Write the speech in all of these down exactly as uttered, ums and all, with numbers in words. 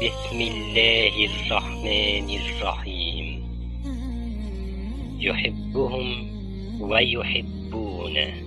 بسم الله الرحمن الرحيم. يحبهم ويحبونه.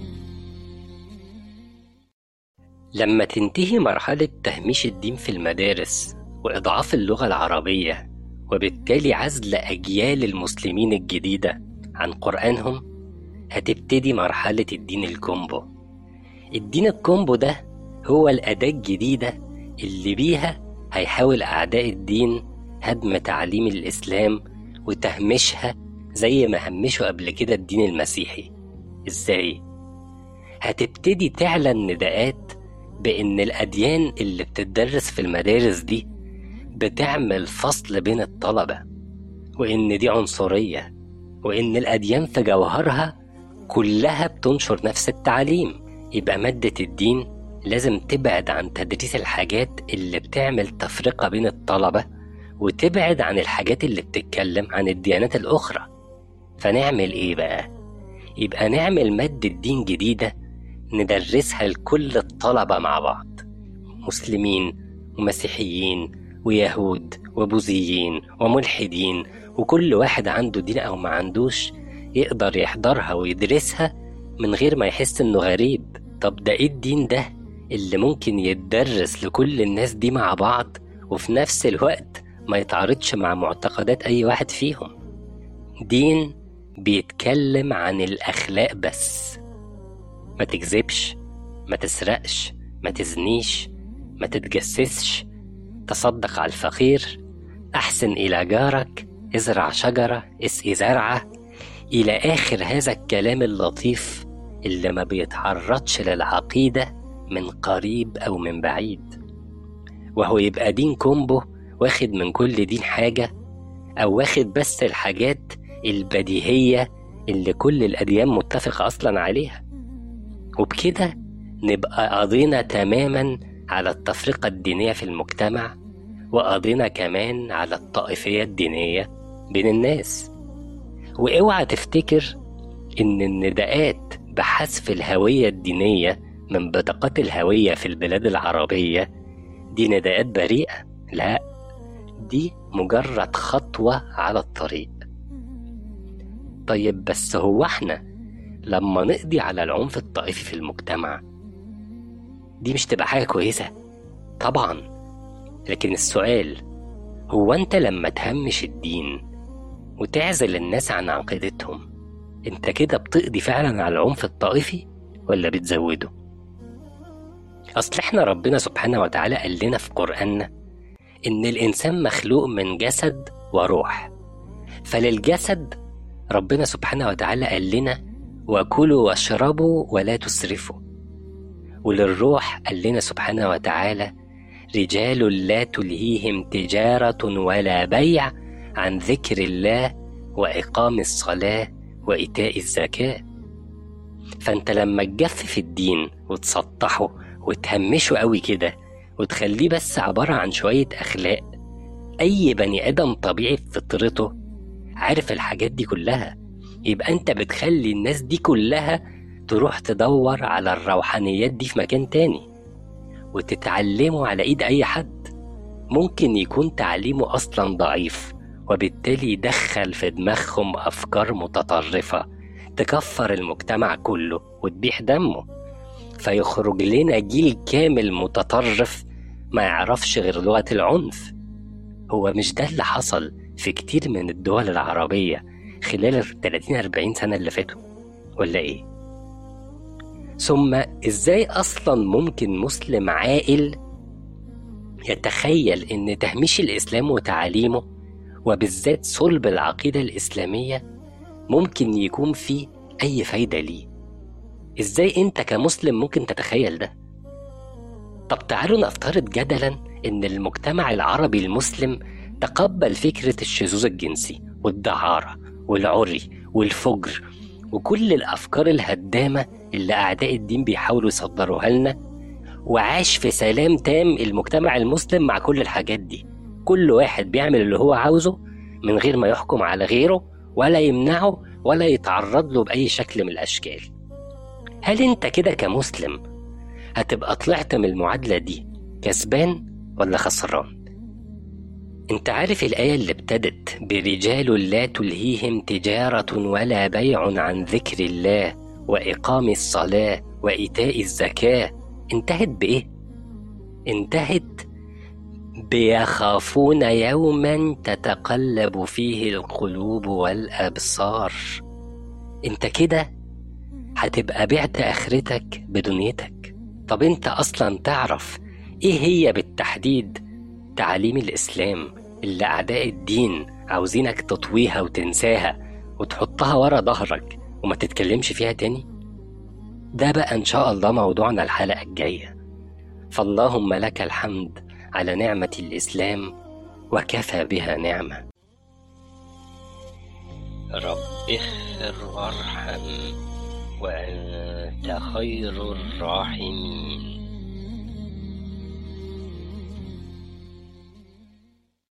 لما تنتهي مرحلة تهميش الدين في المدارس وإضعاف اللغة العربية وبالتالي عزل أجيال المسلمين الجديدة عن قرآنهم، هتبتدي مرحلة الدين الكومبو. الدين الكومبو ده هو الأداة الجديدة اللي بيها هيحاول أعداء الدين هدم تعاليم الإسلام وتهميشها زي ما همشوا قبل كده الدين المسيحي. إزاي؟ هتبتدي تعلن نداءات بإن الأديان اللي بتدرس في المدارس دي بتعمل فصل بين الطلبة، وإن دي عنصرية، وإن الأديان في جوهرها كلها بتنشر نفس التعليم. يبقى مادة الدين لازم تبعد عن تدريس الحاجات اللي بتعمل تفرقة بين الطلبة، وتبعد عن الحاجات اللي بتتكلم عن الديانات الأخرى. فنعمل إيه بقى؟ يبقى نعمل مادة دين جديدة ندرسها لكل الطلبة مع بعض، مسلمين ومسيحيين ويهود وبوذيين وملحدين، وكل واحد عنده دين أو ما عندوش يقدر يحضرها ويدرسها من غير ما يحس إنه غريب. طب ده إيه الدين ده اللي ممكن يتدرس لكل الناس دي مع بعض وفي نفس الوقت ما يتعارضش مع معتقدات أي واحد فيهم؟ دين بيتكلم عن الأخلاق بس. ما تكذبش، ما تسرقش، ما تزنيش، ما تتجسسش، تصدق على الفقير، أحسن إلى جارك، ازرع شجرة، اسقي زرعة، إلى آخر هذا الكلام اللطيف اللي ما بيتعرضش للعقيدة من قريب أو من بعيد. وهو يبقى دين كومبو واخد من كل دين حاجة، أو واخد بس الحاجات البديهية اللي كل الأديان متفقة أصلا عليها. وبكده نبقى قضينا تماما على التفرقة الدينية في المجتمع، وقضينا كمان على الطائفية الدينية بين الناس. واوعى تفتكر إن النداءات بحذف الهوية الدينية من بطاقات الهوية في البلاد العربية دي نداءات بريئة. لا، دي مجرد خطوة على الطريق. طيب بس هو احنا لما نقضي على العنف الطائفي في المجتمع دي مش تبقى حاجة كويسة؟ طبعا، لكن السؤال هو انت لما تهمش الدين وتعزل الناس عن عقيدتهم، انت كده بتقضي فعلا على العنف الطائفي ولا بتزوده؟ اصل احنا ربنا سبحانه وتعالى قال لنا في قرآننا ان الانسان مخلوق من جسد وروح. فللجسد ربنا سبحانه وتعالى قال لنا وكلوا واشربوا ولا تسرفوا. وللروح قال لنا سبحانه وتعالى رجال لا تلهيهم تجارة ولا بيع عن ذكر الله وإقام الصلاة وإيتاء الزكاة. فأنت لما تجفف الدين وتسطحه وتهمشه قوي كده وتخليه بس عبارة عن شوية أخلاق، أي بني آدم طبيعي في فطرته عارف الحاجات دي كلها، يبقى أنت بتخلي الناس دي كلها تروح تدور على الروحانيات دي في مكان تاني وتتعلموا على إيد أي حد ممكن يكون تعليمه أصلا ضعيف، وبالتالي يدخل في دماغهم أفكار متطرفة تكفر المجتمع كله وتبيح دمه، فيخرج لنا جيل كامل متطرف ما يعرفش غير لغة العنف. هو مش ده اللي حصل في كتير من الدول العربية خلال الثلاثين أربعين سنة اللي فاتوا ولا إيه؟ ثم إزاي أصلا ممكن مسلم عاقل يتخيل إن تهميش الإسلام وتعاليمه وبالذات صلب العقيدة الإسلامية ممكن يكون فيه أي فايدة ليه؟ إزاي أنت كمسلم ممكن تتخيل ده؟ طب تعالوا نفترض جدلا إن المجتمع العربي المسلم تقبل فكرة الشذوذ الجنسي والدعارة والعري والفجر وكل الأفكار الهدامة اللي أعداء الدين بيحاولوا يصدروها لنا، وعاش في سلام تام المجتمع المسلم مع كل الحاجات دي. كل واحد بيعمل اللي هو عاوزه من غير ما يحكم على غيره ولا يمنعه ولا يتعرض له بأي شكل من الأشكال. هل أنت كده كمسلم هتبقى طلعت من المعادلة دي كسبان ولا خسران؟ انت عارف الآية اللي ابتدت برجال لا تلهيهم تجارة ولا بيع عن ذكر الله وإقام الصلاة وإيتاء الزكاة انتهت بإيه؟ انتهت بيخافون يوما تتقلب فيه القلوب والأبصار. انت كده هتبقى بعت آخرتك بدنيتك. طب انت أصلا تعرف ايه هي بالتحديد تعاليم الإسلام اللي أعداء الدين عاوزينك تطويها وتنساها وتحطها ورا ظهرك وما تتكلمش فيها تاني؟ ده بقى إن شاء الله موضوعنا الحلقة الجاية. فاللهم لك الحمد على نعمة الإسلام وكفى بها نعمة. رب اغفر وارحم وأنت خير الراحمين.